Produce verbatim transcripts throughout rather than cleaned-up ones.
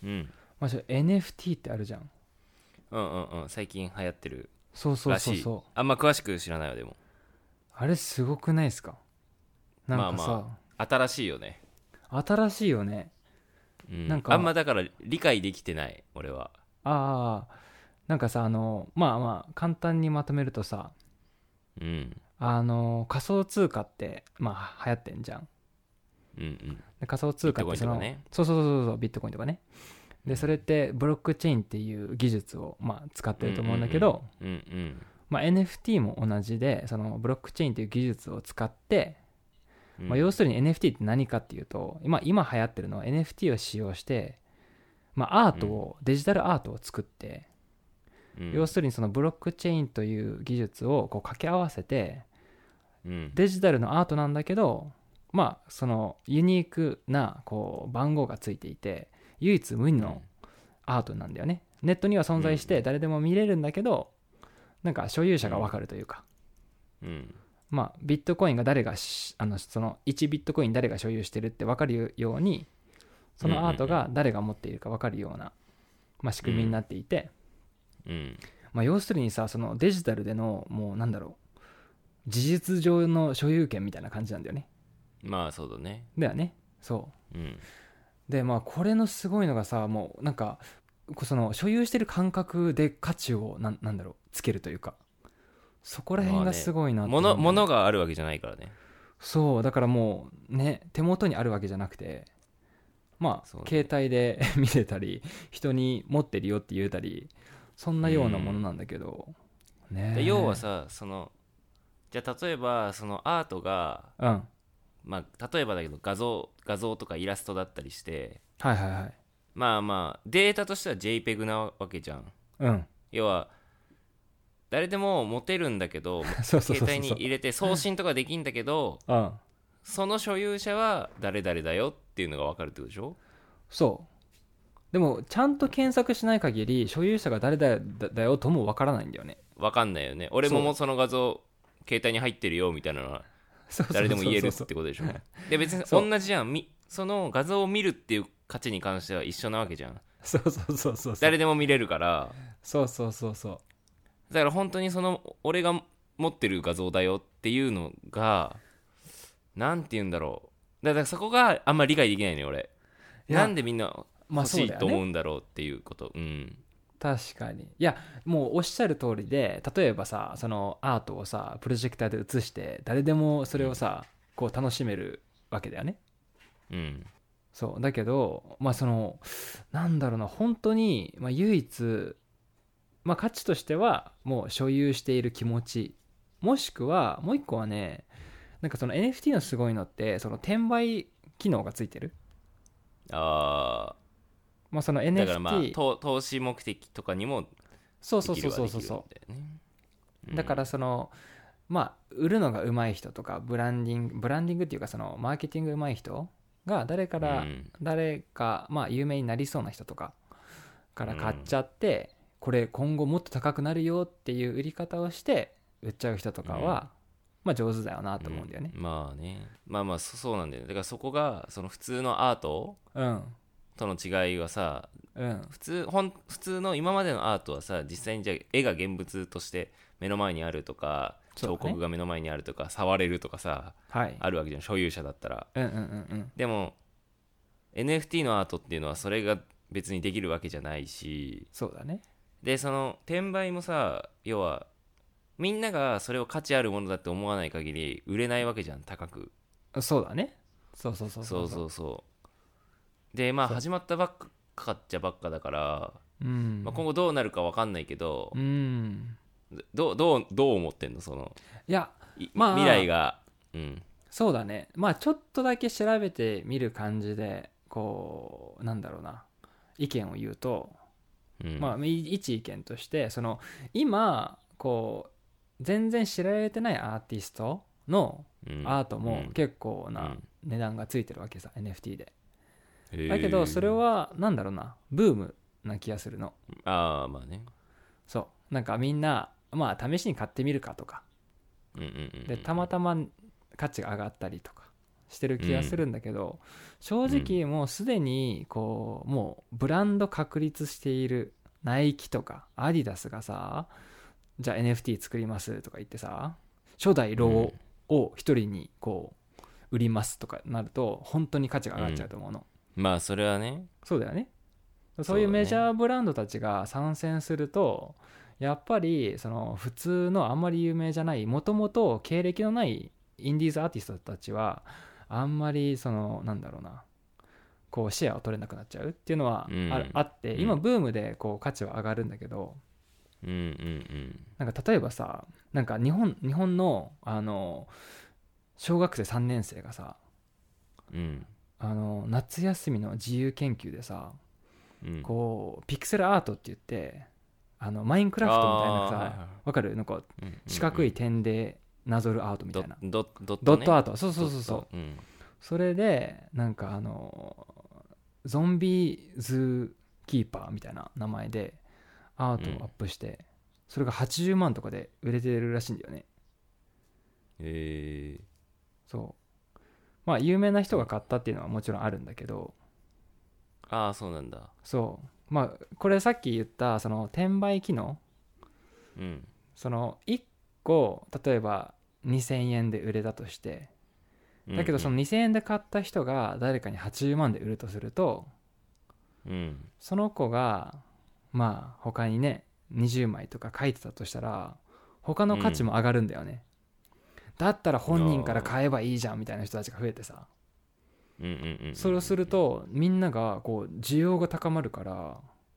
うんまあ、エヌエフティー ってあるじゃん。 うんうんうん、最近流行ってるそうそうらしい。 そうそう。 あんま詳しく知らないわ。でもあれすごくないですか？なんまあかさ、 まあ新しいよね。 新しいよね。 うん、あんなんか、 まだから理解できてない俺は。 ああ、なんかさ、あの、まあまあ、簡単にまとめるとさ、 うんあの、仮想通貨って、まあ、流行ってんじゃん。 うんうん。 で仮想通ビット貨ってその、 コインとかね。 そうそうそうそう、ビットコインとかね。で、それっうんてブロックチェーンっていう技術を、まあ、使ってうんうんると思うんだけど、 うんうんまあ、エヌエフティー も同じで、そのブロックチェーンっていう技術を使って、まあ、 うんうん要するに エヌエフティー って何かっていうと、今、今流行ってるのは エヌエフティー を使用して、まあ、アートを、デジタルアートを作って、 うん要するにそのブロックチェーンという技術をこう掛け合わせて、 うんデジタルのアートなんだけど、まあ、そのユニークなこう番号がついていて、唯一無二のアートなんだよね。ネットには存在して誰でも見れるんだけど、なんか所有者がわかるというか、 うんまあ、ビットコインが誰がしあのそのいちビットコイン誰が所有してるって分かるように、そのアートが誰が持っているか分かるような、まあ、仕組みになっていて、 うんまあ、要するにさ、そのデジタルでのもうなんだろう、事実上の所有権みたいな感じなんだよね。 まあそうだね。 だよね。そうんうで、まあこれのすごいのがさ、もうなんかこうその所有してる感覚で価値をなんなんだろうつけるというか、そこら辺がすごいなって思うんだよね。 物物があるわけじゃないからね。 そうだからもうね、手元にあるわけじゃなくて、まあ、 そうね携帯で見れたり、人に持ってるよって言えたり、そんなようなものなんだけど、ねえ。 で要はさ、そのじゃあ例えばそのアートが、 うん。 まあ例えばだけど画像画像とかイラストだったりして、 はいはいはい。 まあまあデータとしては JPEG なわけじゃん。 うん。 要は誰でも持てるんだけど、 そうそうそうそう。 携帯に入れて送信とかできんだけど、 うん。 その所有者は誰々だよっていうのが分かるってことでしょ。 そうでもちゃんと検索しない限り所有者が誰だだよともわからないんだよね。 分かんないよね。俺もそうもうその画像携帯に入ってるよみたいなのはそうそうそうそう誰でも言えるってことでしょ。で別にそう同じじゃん。みその画像を見るっていう価値に関しては一緒なわけじゃん。 そうそうそうそうそう誰でも見れるから。 そうそうそうそうだから本当にその俺が持ってる画像だよっていうのがなんて言うんだろう。だからそこがあんまり理解できないね俺。 いやなんでみんなまあ欲しいそうだよね。 と思うんだろうっていうこと。うん。 確かに。いやもうおっしゃる通りで、例えばさ、そのアートをさプロジェクターで映して誰でもそれをさ、こう楽しめるわけだよね。 うん。 そうだけど、まあそのなんだろうな、本当に、まあ、唯一、まあ、価値としてはもう所有している気持ち、もしくはもう一個はね、なんかその エヌエフティー のすごいのってその転売機能がついてる。 あまあそのあ、だからまあエヌエフティー、 投投資目的とかにもそうそうそうできるはそうそうそできるんだよね。 う、だからそのまあ売るのが上手い人とか、ブランディングブランディングっていうか、そのマーケティング上手い人が誰かうら、 ん誰かまあ有名になりそうな人とかから買っちゃって、これ今後もっと高くなるよっていう売り方をして売っちゃう人とかは、まあ上手だよなと思うんだよね。 うん、まあね、まあまあそそうなんだよね。だからそこがその普通のアートうんとの違いはさ、 うん普通ほん普通の今までのアートはさ、実際にじゃあ絵が現物として目の前にあるとか、 そうだね彫刻が目の前にあるとか、触れるとかさ、 はいあるわけじゃん、所有者だったら。 うんうんうんうんでも エヌエフティー のアートっていうのはそれが別にできるわけじゃないし、 そうだね。 でその転売もさ、要はみんながそれを価値あるものだって思わない限り売れないわけじゃん、高く。 そうだね。そうそうそうそうそうそうで、まあそう始まったばっかっちゃばっかだから、 うんまあ、今後どうなるか分かんないけど、 うんどうどうどう思ってんのそのいやいまあ未来が。うんそうだね。まあちょっとだけ調べてみる感じで、こうなんだろうな、意見を言うと、 うんまあい一意見として、その今こう全然知られてないアーティストのうんアートもうん結構なうん値段がついてるわけさ、 エヌエフティー で。 へーだけどそれはなんだろうな、ブームな気がするの。 ああまあね。 そうなんかみんなまあ試しに買ってみるかとかうんうんうんうんで、たまたま価値が上がったりとかしてる気がするんだけど、正直もうすでにこうもうブランド確立しているナイキとかアディダスがさ、じゃあ エヌエフティー 作りますとか言ってさ、初代ロゴを一人にこう売りますとかなると本当に価値が上がっちゃうと思うの、 うん、まあそれはね。 そうだよね。そういうメジャーブランドたちが参戦すると、やっぱりその普通のあんまり有名じゃない、もともと経歴のないインディーズアーティストたちはあんまりそのなんだろうな、こうシェアを取れなくなっちゃうっていうのは あ,、うん、あって、今ブームでこう価値は上がるんだけど、 うんうんうん、 なんか例えばさ、なんか日本日本のあの小学生さんねん生がさ、 うん、 あの夏休みの自由研究でさ、 うん、 こうピクセルアートって言って、あのマインクラフトみたいなさ、わ、はいはい、かる、なんか四角い点でなぞるアートみたいな、 ドット、 ドット、ね、ドットアート、そうそうそうそう、 うん、 それでなんかあのゾンビズーキーパーみたいな名前でアートをアップして、うん、それがはちじゅうまんとかで売れてるらしいんだよね。 へえー、 そうまあ有名な人が買ったっていうのはもちろんあるんだけど、 ああそうなんだ。 そうまあこれさっき言ったその転売機能、 うん、 そのいっこ例えばにせんえんで売れたとして、だけどそのにせんえんで買った人が誰かにはちじゅうまんで売るとすると、 うん、 その子がまあ他にねにじゅうまいとか書いてたとしたら他の価値も上がるんだよね、うん、だったら本人から買えばいいじゃんみたいな人たちが増えてさ、 うんうんうんうん、 それをするとみんながこう需要が高まるから、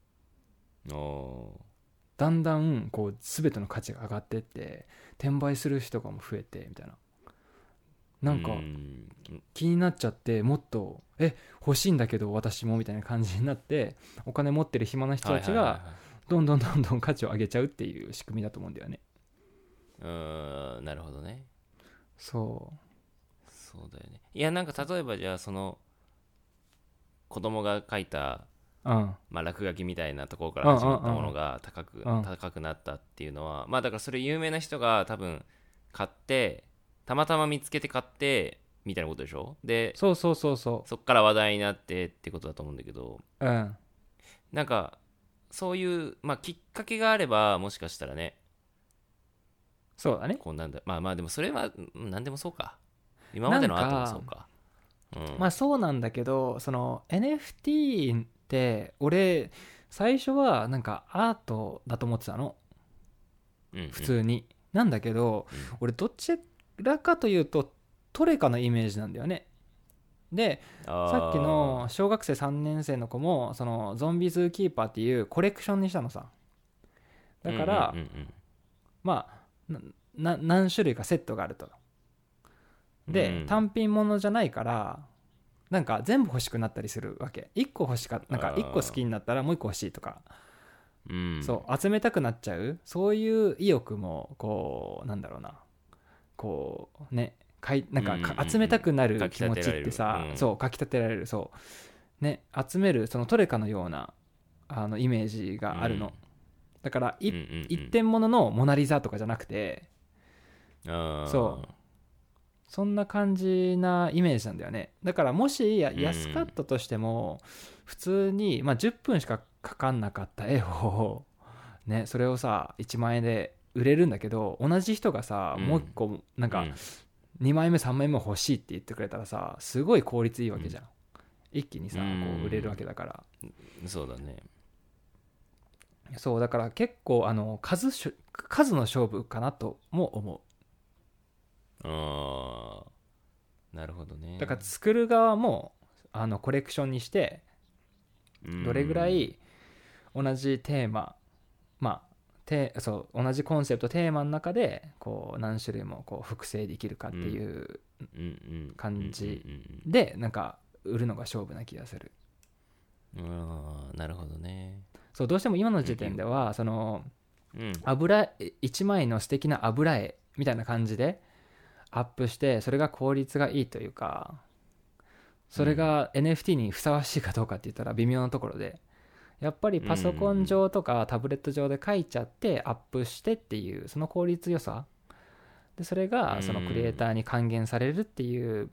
だんだんこう全ての価値が上がってって転売する人がも増えてみたいな、なんか気になっちゃって、もっとえ欲しいんだけど私もみたいな感じになって、お金持ってる暇な人たちがどんどんどんどん価値を上げちゃうっていう仕組みだと思うんだよね。 うーん、なるほどね。 そうそうだよね。いやなんか例えばじゃあその子供が書いた、うんまあ、落書きみたいなところから始まったものが高く、うん、高くなったっていうのは、まあだからそれ有名な人が多分買ってたまたま見つけて買ってみたいなことでしょ。でそうそうそうそう、 そっから話題になってってことだと思うんだけど、 うん、 なんかそういう、まあ、きっかけがあればもしかしたらね、 そうだね、 こうなんだまあまあでもそれは何でもそうか、今までのアートもそうか、 うん、まあそうなんだけど、その エヌエフティー って俺最初はなんかアートだと思ってたの、うんうん、普通になんだけど、うん、俺どちらかというとトレカのイメージなんだよね。でさっきの小学生さんねん生の子もそのゾンビズーキーパーっていうコレクションにしたのさ。だから、うんうんうんうん、まあな何種類かセットがあると。で、うん、単品ものじゃないからなんか全部欲しくなったりするわけ。いっこ欲しかなんかいっこ好きになったらもういっこ欲しいとか、うん、そう集めたくなっちゃう、そういう意欲もこうなんだろうな、こうねかいなんか、うんうんうん、集めたくなる気持ちってさ、うん、そうかきたてられる、そうね、集めるそのトレカのようなあのイメージがあるの、うん、だから、うんうんうん、一点物のモナリザとかじゃなくて、あそうそんな感じなイメージなんだよね。だからもし安かったとしても、うん、普通に、まあ、じゅっぷんしかかかんなかった絵をね、それをさいちまんえんで売れるんだけど、同じ人がさ、うん、もう一個なんか、うんにまいめさんまいめ欲しいって言ってくれたらさ、すごい効率いいわけじゃん、うん、一気にさこう売れるわけだから、 うん、そうだね。 そうだから結構あの 数, 数の勝負かなとも思う。ああなるほどね。 だから作る側もあのコレクションにしてどれぐらい同じテーマ、まあそう同じコンセプトテーマの中でこう何種類もこう複製できるかっていう感じでなんか売るのが勝負な気がする。 ああなるほどね。 そうどうしても今の時点ではその油いちまいの素敵な油絵みたいな感じでアップしてそれが効率がいいというか、それが エヌエフティー にふさわしいかどうかって言ったら微妙なところで、やっぱりパソコン上とかタブレット上で書いちゃってアップしてっていうその効率良さで、それがそのクリエイターに還元されるっていう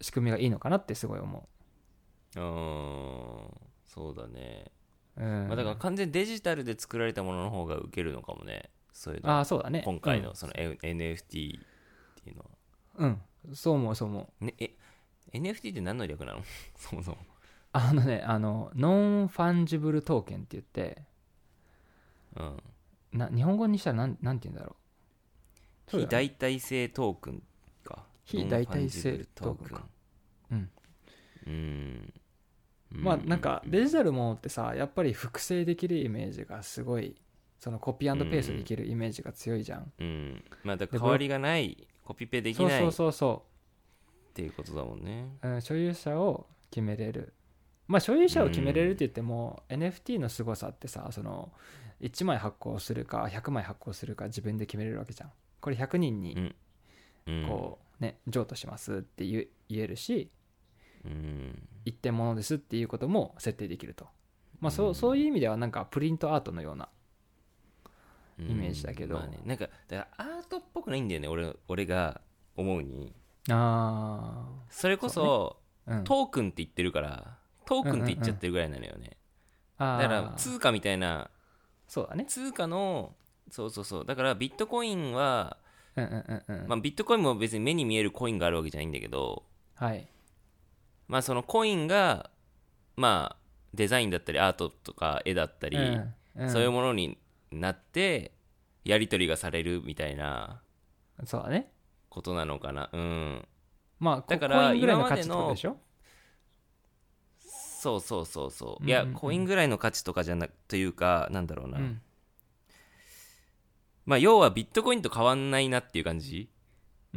仕組みがいいのかなってすごい思う。うんそうだね、 う、うんまあ、だから完全にデジタルで作られたものの方がウケるのかもね、そういうの。 ああそうだね今回のその エヌエフティー っていうのは、 うんそう思うそう思う、 ね、え エヌエフティー って何の略なのそもそも。 あのねあのノンファンジブルトーケンって言って、 うんな日本語にしたらなんなんて言うんだろう、そうだ非よね代替性トークンか。 非代替性トークンか、うんうんまあなんかデジタルものってさやっぱり複製できるイメージがすごい、そのコピーペーストできるイメージが強いじゃん、 うん、うん、まあだから変わりがないコピペできないそうそうそうっていうことだもんね、 そう、うん、所有者を決めれる、まあ所有者を決めれるって言っても、うん、エヌエフティー の凄さってさ、そのいちまい発行するかひゃくまい発行するか自分で決めれるわけじゃん。これひゃくにんにこうね譲渡しますって言えるし、うん、一点物ですっていうことも設定できると、まあ、そう、そういう意味ではなんかプリントアートのようなイメージだけど、 うんまあね、なんかだからアートっぽくないんだよね、 俺, 俺が思うに。 あそれこそ、 ねうん、 トークンって言ってるからトークンって言っちゃってるぐらいなのよね、うんうんうん、だから通貨みたいな、 そうだね、 通貨のそうそうそう、だからビットコインは、 うんうんうんうん、 まあ、ビットコインも別に目に見えるコインがあるわけじゃないんだけど、 はいまあそのコインがまあデザインだったりアートとか絵だったり、 うんうん、 そういうものになってやり取りがされるみたいなそうだねことなのかな。うんまあだからコインぐらいの価値ってことでしょ。 そうそうそうそう、 うんうんうん、 いやコインぐらいの価値とかじゃなくというかなんだろうな、うん、まあ要はビットコインと変わんないなっていう感じ、 うん、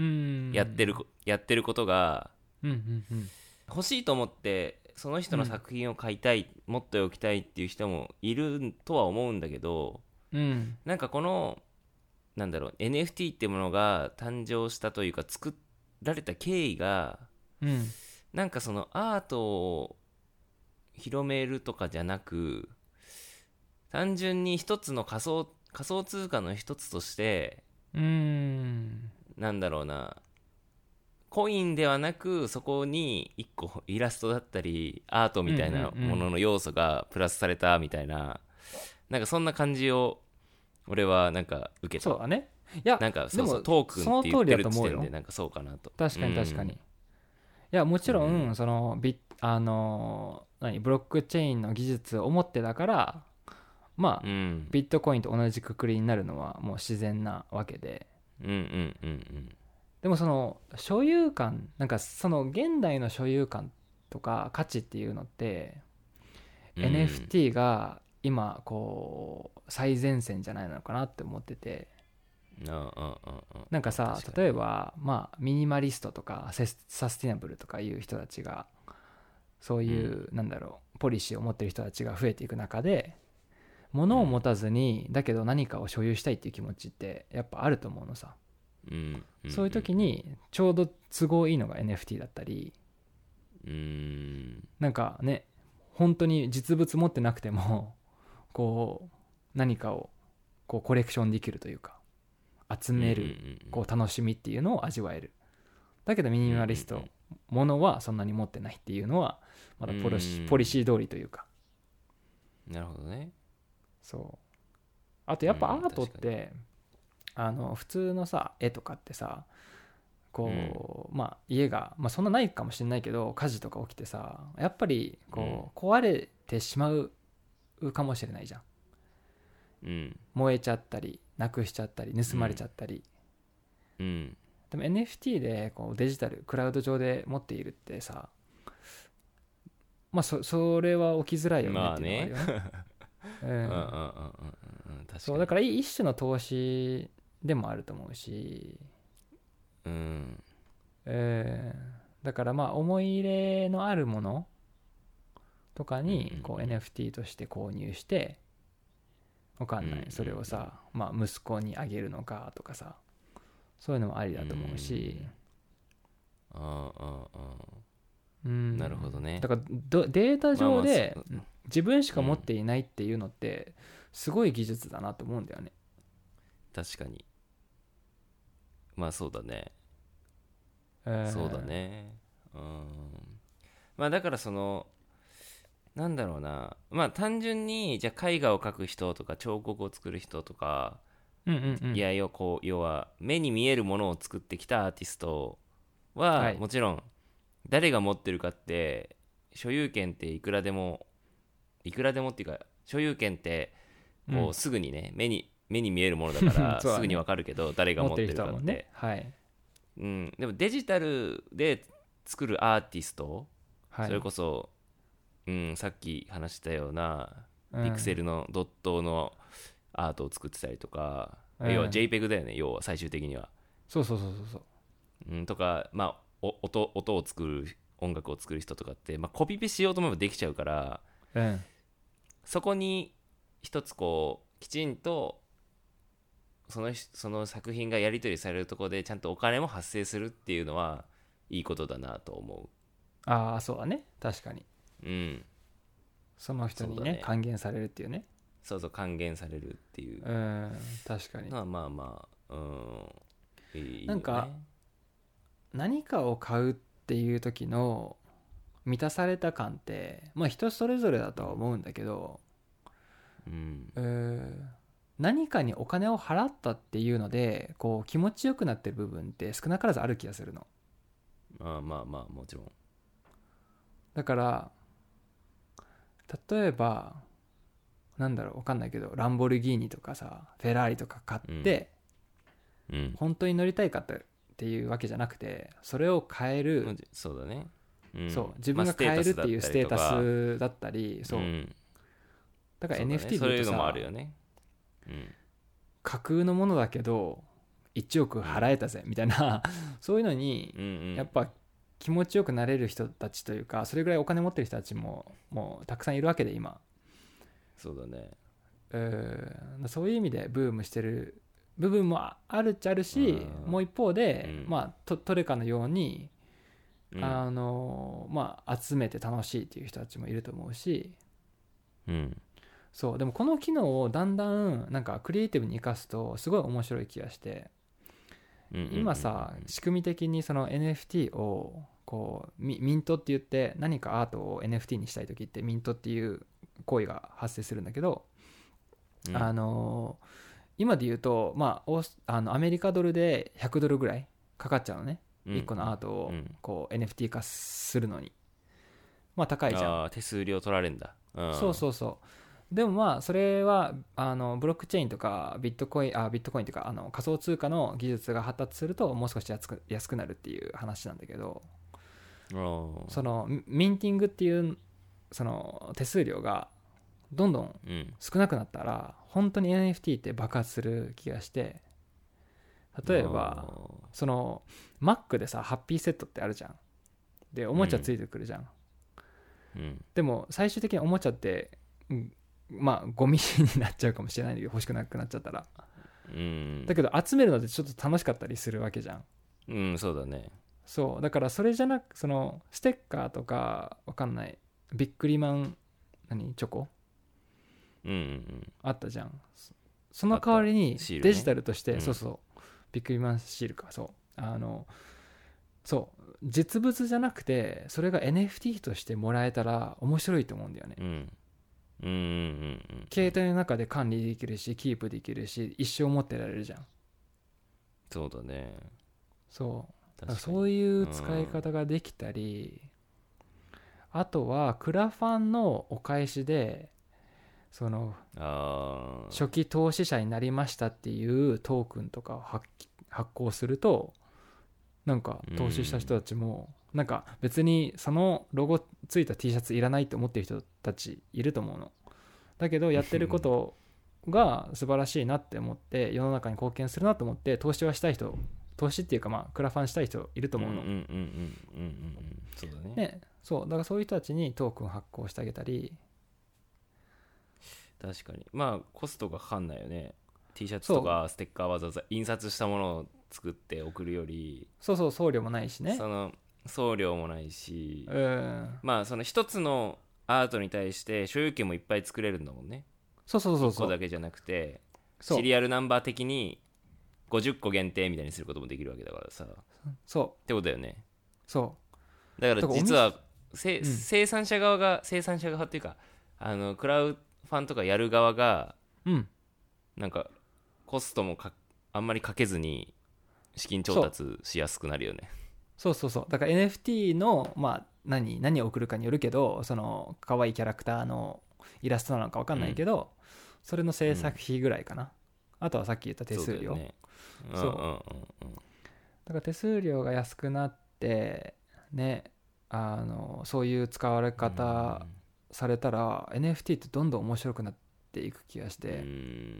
やってるやってることが、 うんうんうん、 欲しいと思ってその人の作品を買いたい、うん、持っておきたいっていう人もいるとは思うんだけど、 うん、 なんかこのなんだろう エヌエフティー ってものが誕生したというか作られた経緯が、 うん、 なんかそのアートを広めるとかじゃなく、単純に一つの仮想仮想通貨の一つとして、 うーん、 なんだろうな、コインではなくそこに一個イラストだったりアートみたいなものの要素がプラスされたみたいな、なんかそんな感じを俺はなんか受けた。 そうだね。いやなんかそうそうトークンって言ってる時点でなんかそうかなと。 確かに確かに、うん、いやもちろん、うん、そのビあの何ブロックチェーンの技術を持ってだからまあ、うん、ビットコインと同じくくりになるのはもう自然なわけで、 うんうんうんうん、 でもその所有感、なんかその現代の所有感とか価値っていうのって、うん、エヌエフティー が今こう最前線じゃないのかなって思ってて、なんかさ、例えばまあミニマリストとかサスティナブルとかいう人たちがそういう、うん、なんだろうポリシーを持ってる人たちが増えていく中で、物を持たずにだけど何かを所有したいっていう気持ちってやっぱあると思うのさ、うんうん、そういう時にちょうど都合いいのが エヌエフティー だったり、うん、なんかね本当に実物持ってなくてもこう何かをこうコレクションできるというか集めるこう楽しみっていうのを味わえる。だけどミニマリストものはそんなに持ってないっていうのはまだポリシー、ポリシー通りというか。 なるほどね。 そうあとやっぱアートって、うん、あの普通のさ絵とかってさこう、うん、まあ家が、まあ、そんなないかもしれないけど火事とか起きてさやっぱりこう、うん、壊れてしまうかもしれないじゃん、うん、燃えちゃったりなくしちゃったり盗まれちゃったり、うんうん、でも エヌエフティー でこうデジタルクラウド上で持っているってさ、まあ そ, それは起きづらいよねっていうのがあるよね。そうだから一種の投資でもあると思うし、うんえー、だからまあ思い入れのあるものとかにこう エヌエフティー として購入してわかんないそれをさ、まあ、息子にあげるのかとかさそういうのもありだと思うし、 ああああうん、なるほどね。 だからデータ上で自分しか持っていないっていうのってすごい技術だなと思うんだよね。 確かに。まあそうだね、えー、そうだね、 うんまあだからそのなんだろうなまあ単純にじゃあ絵画を描く人とか彫刻を作る人とか、 うんうんうんいや要こう要は目に見えるものを作ってきたアーティストははいもちろん誰が持ってるかって所有権っていくらでもいくらでもっていうか所有権ってうんこうすぐにね目に目に見えるものだからそうだねすぐにわかるけど誰が持ってる持ってるかって人はもんねはいうん、でもデジタルで作るアーティスト、 はいそれこそ、うん、さっき話したようなうんピクセルのドットのアートを作ってたりとか、 うん要は JPEG だよね要は最終的には、 そうそうそうそうそううん、とか、まあ、お音音を作る音楽を作る人とかって、まあ、コピペしようと思えばできちゃうからうんそこに一つこうきちんとそのその作品がやり取りされるところでちゃんとお金も発生するっていうのはいいことだなと思ああそうだね確かにう。うんその人にそうだねね還元されるっていうねそうそう還元されるっていううん確かにのはまあまあうんいいよね。 なんか何かを買うっていう時の満たされた感ってまあ人それぞれだとは思うんだけど、 うんえー何かにお金を払ったっていうのでこう気持ちよくなってる部分って少なからずある気がするの。 まあまあまあもちろんだから例えばなんだろう分かんないけどランボルギーニとかさフェラーリとか買って、 うん、うん、 本当に乗りたいかっていうわけじゃなくてそれを買える、 そうだね、うん、 そう自分が買えるっていうステータスだったりそう、 うん、 だからそうだねエヌエフティーそういうで言うとさのもあるよね、うん、 架空のものだけどいちおく払えたぜみたいなそういうのにうんうん、 やっぱ気持ちよくなれる人たちというかそれぐらいお金持ってる人たちももうたくさんいるわけで今そうだね、 えーそういう意味でブームしてる部分もあるっちゃあるしもう一方で、 うん、 まあト、トレカのように、 うん、 あのまあ集めて楽しいっていう人たちもいると思うし、 うん、 そうでもこの機能をだんだんなんかクリエイティブに生かすとすごい面白い気がして、 うんうんうん、 今さ仕組み的にその エヌエフティー をこうミミントって言って何かアートを エヌエフティー にしたい時ってミントっていう行為が発生するんだけど、 うん、 あの今で言うと、まあ、オースあのアメリカドルでひゃくドルぐらいかかっちゃうのね、うん、いっこのアートをこう エヌエフティー 化するのにまあ高いじゃん。 あ手数料取られるんだ、うん、 そうそうそうでもまあそれはあのブロックチェーンとかビットコインあビットコインというかあの仮想通貨の技術が発達するともう少し安く安くなるっていう話なんだけど、そのミンティングっていうその手数料がどんどん少なくなったら本当に エヌエフティー って爆発する気がして、例えばその Mac でさハッピーセットってあるじゃん。でおもちゃついてくるじゃん、 うん、 でも最終的におもちゃって、うん、まあゴミになっちゃうかもしれないんだけど欲しくなくなっちゃったら、 うん、 だけど集めるのってちょっと楽しかったりするわけじゃん。 うんそうだね。 そうだからそれじゃなくそのステッカーとかわかんないビックリマン何チョコうんうん、 あったじゃん。その代わりにデジタルとして、 ね、 そうそうビックリマンシールかそうあのそう実物じゃなくてそれが エヌエフティー としてもらえたら面白いと思うんだよね、 うんうんうんうん、 携帯の中で管理できるしキープできるし一生持ってられるじゃん。 そうだね。 そうだからそういう使い方ができたり、うん、あとはクラファンのお返しでその初期投資者になりましたっていうトークンとかを発行するとなんか投資した人たちもなんか別にそのロゴついた T シャツいらないと思ってる人たちいると思うの。だけどやってることが素晴らしいなって思って世の中に貢献するなと思って投資はしたい人投資っていうかまあクラファンしたい人いると思うの。 そうだね。 ね、そうだからそういう人たちにトークン発行してあげたり。 確かにまあコストがかかんないよね。 T シャツとかステッカーわざわざ印刷したものを作って送るよりそうそう送料もないしね。 その送料もないし、 うん、 まあその一つのアートに対して所有権もいっぱい作れるんだもんね。 そうそうそうそういっこだけじゃなくてシリアルナンバー的にごじゅっこ限定みたいにすることもできるわけだからさ。 そうってことだよね。 そうだから実はせ、 うん、 生産者側が生産者側っていうかあのクラウドファンとかやる側が、 うん、 なんかコストもかあんまりかけずに資金調達しやすくなるよね。 そうそうそう。だから エヌエフティー の、まあ、何何を送るかによるけど、その可愛いキャラクターのイラストなのか分かんないけど、うん、それの制作費ぐらいかな、うん、あとはさっき言った手数料。そうだよね。そう、うんうんうんうん、だから手数料が安くなってね、あのそういう使われ方されたら、うん、エヌエフティー ってどんどん面白くなっていく気がして、うん、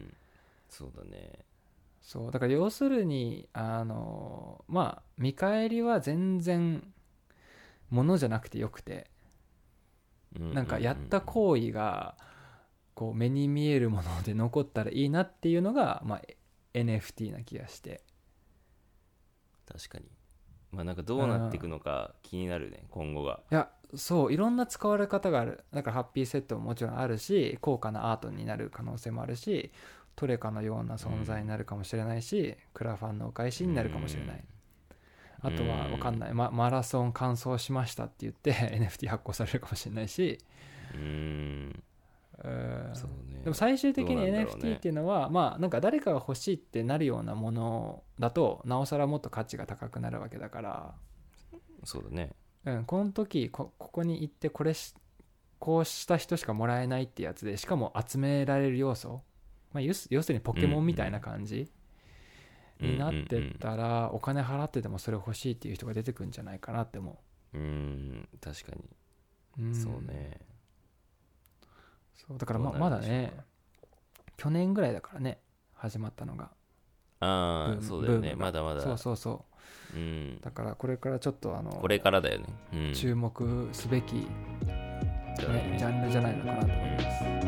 そうだね。 そうだから要するにあのまあ見返りは全然ものじゃなくてよくて、なんかやった行為がこう目に見えるもので残ったらいいなっていうのが、まあ、エヌエフティー な気がして。 確かに、まあなんかどうなっていくのか気になるね、今後が。 いやそういろんな使われ方がある。だからハッピーセットももちろんあるし、高価なアートになる可能性もあるし、トレカのような存在になるかもしれないし、うん、クラファンのお返しになるかもしれない、うん、あとは分かんない、ま、マラソン完走しましたって言って エヌエフティー 発行されるかもしれないし、うーん、えーそうね、でも最終的に エヌエフティー っていうのは、まあなんか誰かが欲しいってなるようなものだとなおさらもっと価値が高くなるわけだから。 そうだね、 うん、この時 こ, ここに行ってこれしこうした人しかもらえないってやつで、しかも集められる要素、まあ、要するにポケモンみたいな感じになってったら、お金払ってでもそれ欲しいっていう人が出てくるんじゃないかなって思う。うーん、確かに、うん、そうね。 そうだから ま, まだね去年ぐらいだからね始まったのが。 ああそうだよね、まだまだ。 そうそうそう、うん、だからこれからちょっとあのこれからだよね、 うん、注目すべき、ね、ジャンルじゃないのかなと思います。